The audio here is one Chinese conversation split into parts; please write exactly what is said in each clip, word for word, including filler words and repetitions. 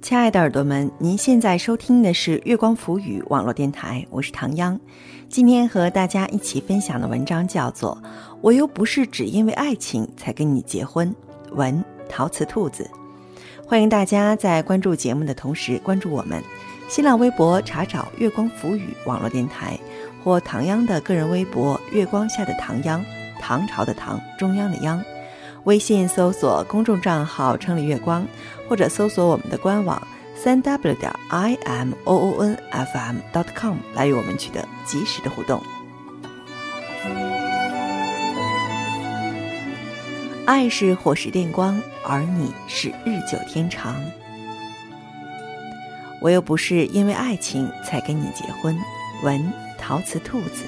亲爱的耳朵们，您现在收听的是月光浮语网络电台，我是唐央。今天和大家一起分享的文章叫做《我又不是只因为爱情才跟你结婚》，文陶瓷兔子。欢迎大家在关注节目的同时关注我们，新浪微博查找月光浮语网络电台，或唐央的个人微博月光下的唐央，唐朝的唐，中央的央。微信搜索公众账号城里月光，或者搜索我们的官网 三 w 点 i m o o n f m 点 com 来与我们取得及时的互动。爱是火石电光，而你是日久天长。我又不是因为爱情才跟你结婚，文陶瓷兔子。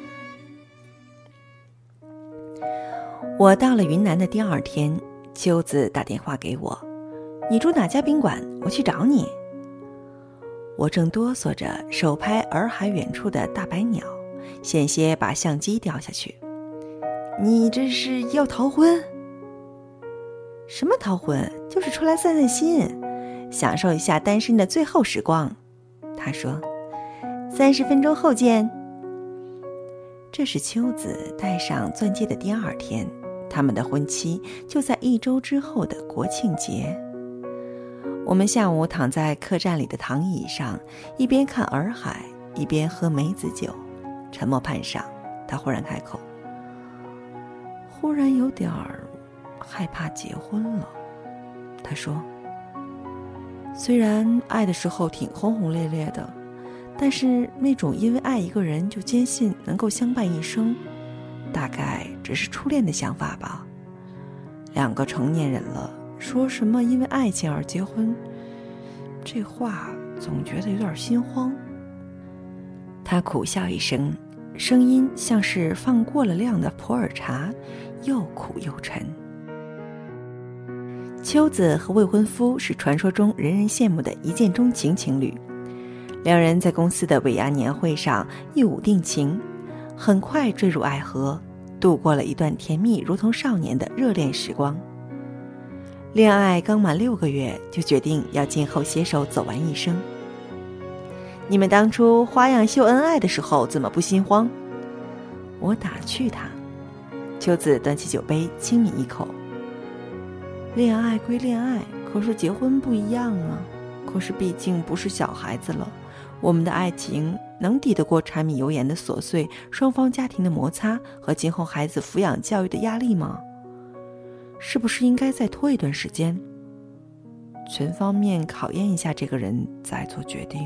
我到了云南的第二天，秋子打电话给我，你住哪家宾馆？我去找你。我正哆嗦着手拍洱海远处的大白鸟，险些把相机掉下去。你这是要逃婚？什么逃婚？就是出来散散心，享受一下单身的最后时光。他说，三十分钟后见。这是秋子戴上钻戒的第二天，他们的婚期就在一周之后的国庆节。我们下午躺在客栈里的躺椅上，一边看洱海，一边喝梅子酒，沉默半晌，他忽然开口，忽然有点儿害怕结婚了。他说，虽然爱的时候挺轰轰烈烈的，但是那种因为爱一个人就坚信能够相伴一生，大概只是初恋的想法吧。两个成年人了，说什么因为爱情而结婚，这话总觉得有点心慌。他苦笑一声，声音像是放过了量的普洱茶，又苦又沉。秋子和未婚夫是传说中人人羡慕的一见钟情情侣，两人在公司的尾牙年会上一舞定情，很快坠入爱河，度过了一段甜蜜如同少年的热恋时光。恋爱刚满六个月，就决定要今后携手走完一生。你们当初花样秀恩爱的时候怎么不心慌？我打趣他。秋子端起酒杯轻抿一口，恋爱归恋爱，可是结婚不一样啊。可是毕竟不是小孩子了，我们的爱情能抵得过柴米油盐的琐碎，双方家庭的摩擦和今后孩子抚养教育的压力吗？是不是应该再拖一段时间，全方面考验一下这个人再做决定？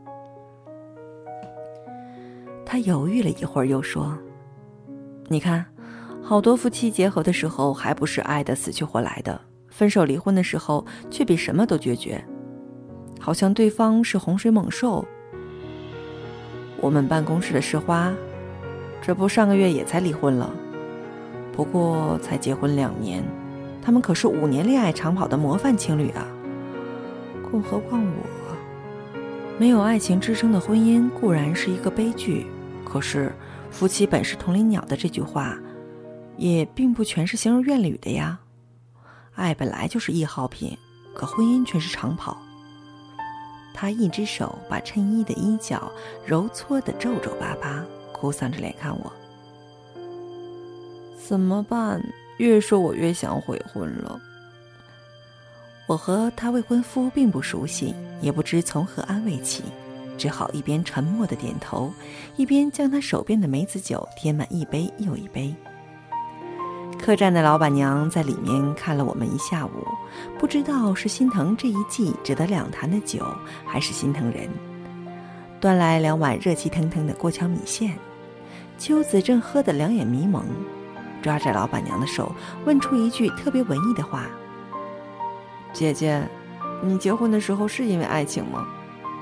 他犹豫了一会儿又说，你看，好多夫妻结合的时候还不是爱得死去活来的，分手离婚的时候却比什么都决绝，好像对方是洪水猛兽。我们办公室的市花，这不上个月也才离婚了，不过才结婚两年，他们可是五年恋爱长跑的模范情侣啊。更何况我，没有爱情支撑的婚姻固然是一个悲剧，可是夫妻本是同林鸟的这句话也并不全是形容愿语的呀。爱本来就是易耗品，可婚姻却是长跑。他一只手把衬衣的衣角揉搓得皱皱巴巴，哭丧着脸看我。怎么办？越说我越想悔婚了。我和他未婚夫并不熟悉，也不知从何安慰起，只好一边沉默地点头，一边将他手边的梅子酒添满一杯又一杯。客栈的老板娘在里面看了我们一下午，不知道是心疼这一季只得两坛的酒，还是心疼人，端来两碗热气腾腾的过桥米线。秋子正喝得两眼迷蒙，抓着老板娘的手问出一句特别文艺的话，姐姐，你结婚的时候是因为爱情吗？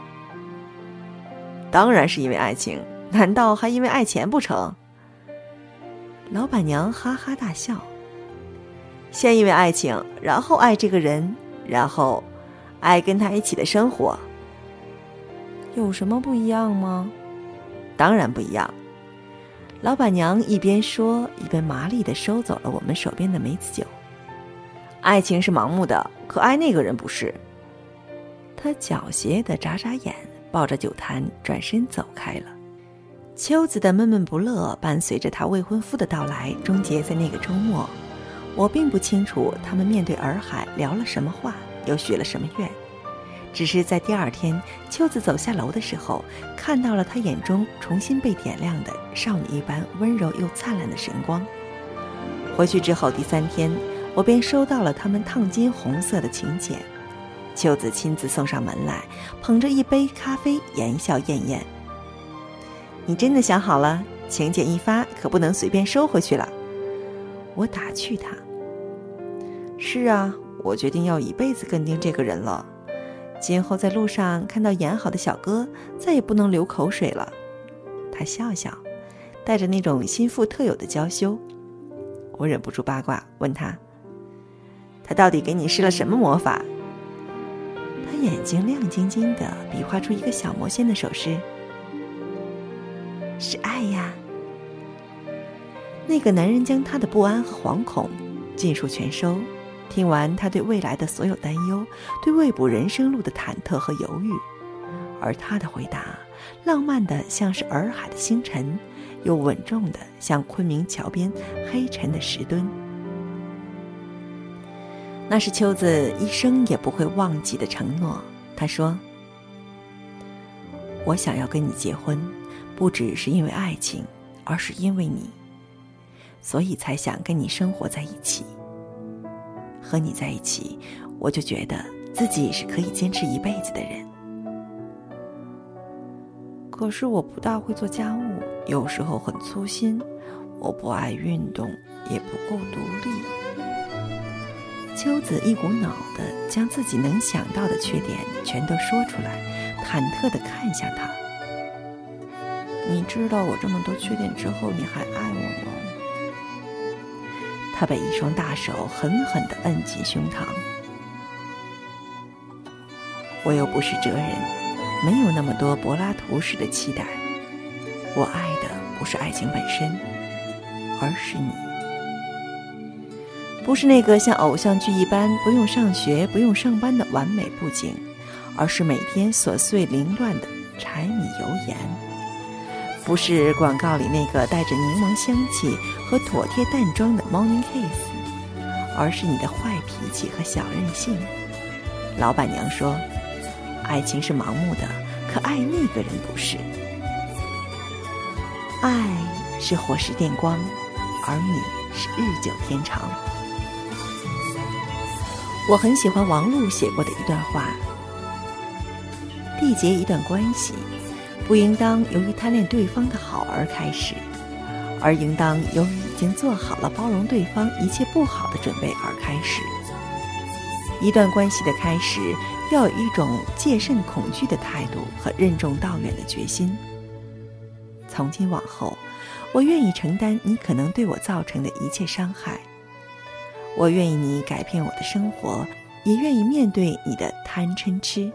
当然是因为爱情，难道还因为爱钱不成？老板娘哈哈大笑，先因为爱情，然后爱这个人，然后爱跟他一起的生活。有什么不一样吗？当然不一样。老板娘一边说，一边麻利地收走了我们手边的梅子酒。爱情是盲目的，可爱那个人不是。 他狡黠地眨眨眼，抱着酒坛转身走开了。秋子的闷闷不乐伴随着他未婚夫的到来终结在那个周末。我并不清楚他们面对洱海聊了什么话，又许了什么愿，只是在第二天秋子走下楼的时候，看到了他眼中重新被点亮的少女一般温柔又灿烂的神光。回去之后第三天，我便收到了他们烫金红色的请柬，秋子亲自送上门来，捧着一杯咖啡，言笑晏晏。你真的想好了，请柬一发可不能随便收回去了。我打趣他。是啊，我决定要一辈子跟定这个人了，今后在路上看到演好的小哥，再也不能流口水了。他笑笑，带着那种心腹特有的娇羞。我忍不住八卦，问他，他到底给你施了什么魔法？他眼睛亮晶晶的，比划出一个小魔仙的手势。是爱呀。那个男人将他的不安和惶恐尽数全收，听完他对未来的所有担忧，对未卜人生路的忐忑和犹豫，而他的回答浪漫的像是洱海的星辰，又稳重的像昆明桥边黑沉的石墩。那是秋子一生也不会忘记的承诺。他说，我想要跟你结婚，不只是因为爱情，而是因为你，所以才想跟你生活在一起。和你在一起，我就觉得自己是可以坚持一辈子的人。可是我不大会做家务，有时候很粗心，我不爱运动，也不够独立。秋子一股脑地将自己能想到的缺点全都说出来，忐忑地看向他。你知道我这么多缺点之后，你还爱我吗？他被一双大手狠狠地摁进胸膛。我又不是哲人，没有那么多柏拉图式的期待。我爱的不是爱情本身，而是你。不是那个像偶像剧一般不用上学不用上班的完美布景，而是每天琐碎凌乱的柴米油盐。不是广告里那个带着柠檬香气和妥帖淡妆的 morning kiss， 而是你的坏脾气和小任性。老板娘说，爱情是盲目的，可爱那个人不是。爱是火石电光，而你是日久天长。我很喜欢王璐写过的一段话，缔结一段关系，不应当由于贪恋对方的好而开始，而应当由于已经做好了包容对方一切不好的准备而开始。一段关系的开始，要有一种戒慎恐惧的态度和任重道远的决心。从今往后，我愿意承担你可能对我造成的一切伤害，我愿意你改变我的生活，也愿意面对你的贪嗔痴。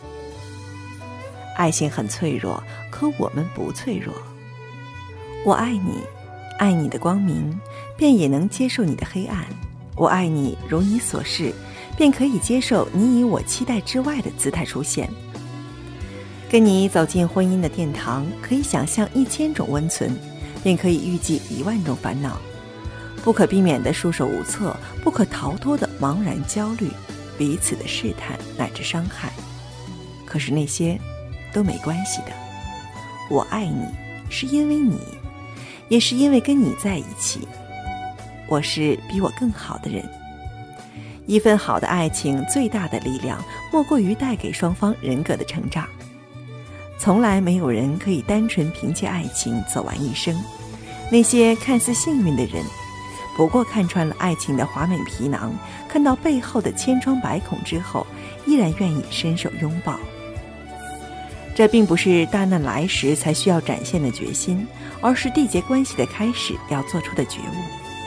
爱情很脆弱，可我们不脆弱。我爱你，爱你的光明，便也能接受你的黑暗。我爱你如你所示，便可以接受你以我期待之外的姿态出现。跟你走进婚姻的殿堂，可以想象一千种温存，便可以预计一万种烦恼。不可避免的束手无策，不可逃脱的茫然焦虑，彼此的试探乃至伤害。可是那些都没关系的。我爱你，是因为你，也是因为跟你在一起。我是比我更好的人。一份好的爱情最大的力量，莫过于带给双方人格的成长。从来没有人可以单纯凭借爱情走完一生。那些看似幸运的人，不过看穿了爱情的华美皮囊，看到背后的千疮百孔之后，依然愿意伸手拥抱。这并不是大难来时才需要展现的决心，而是缔结关系的开始要做出的觉悟。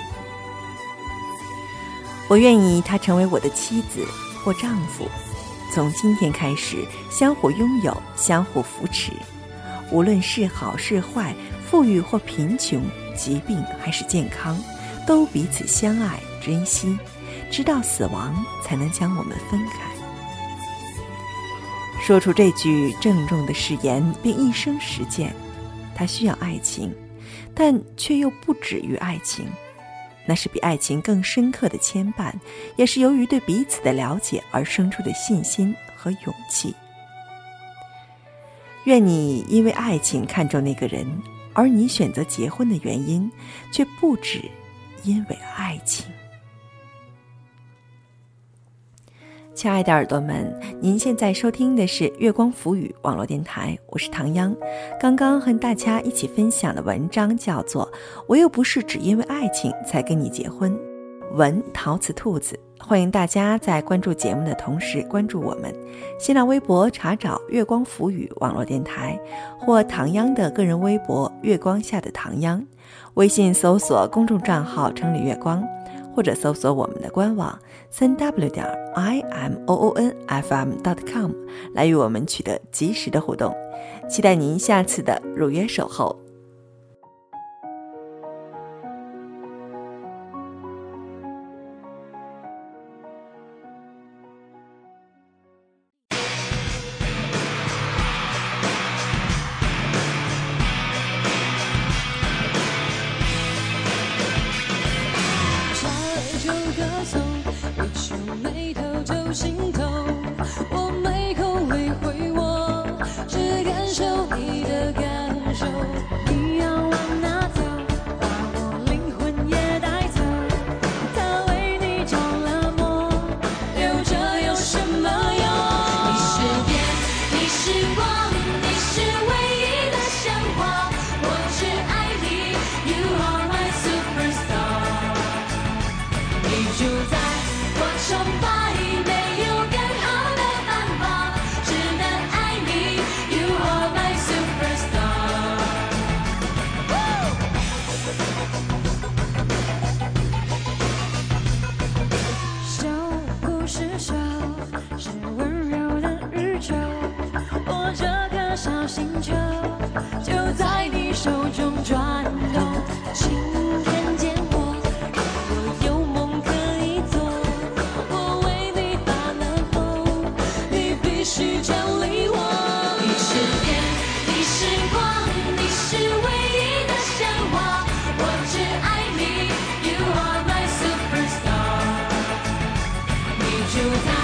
我愿意他成为我的妻子或丈夫，从今天开始相互拥有，相互扶持，无论是好是坏，富裕或贫穷，疾病还是健康，都彼此相爱珍惜，直到死亡才能将我们分开。 说出这句郑重的誓言并一生实践。他需要爱情，但却又不止于爱情，那是比爱情更深刻的牵绊，也是由于对彼此的了解而生出的信心和勇气。愿你因为爱情看重那个人，而你选择结婚的原因却不止因为爱情。亲爱的耳朵们，您现在收听的是月光浮语网络电台，我是唐央。刚刚和大家一起分享的文章叫做《我又不是只因为爱情才跟你结婚》，文陶瓷兔子。欢迎大家在关注节目的同时关注我们。新浪微博查找月光浮语网络电台，或唐央的个人微博月光下的唐央，微信搜索公众账号城里月光，或者搜索我们的官网 三 w 点 i m o o n f m 点 com 来与我们取得及时的互动。期待您下次的如约守候。 心头，我没空理会我，只感受你的感受。你要往哪走，把我灵魂也带走。他为你着了魔，留着有什么用？你是电，你是光，你是唯一的神话。我只爱你 ，You are my superstar。你住在我崇拜。小星球就在你手中转动，请看见我，我有梦可以做，我为你发了疯，你必须全力我。你是电，你是光，你是唯一的神话，我只爱你 ，You are my superstar。你住在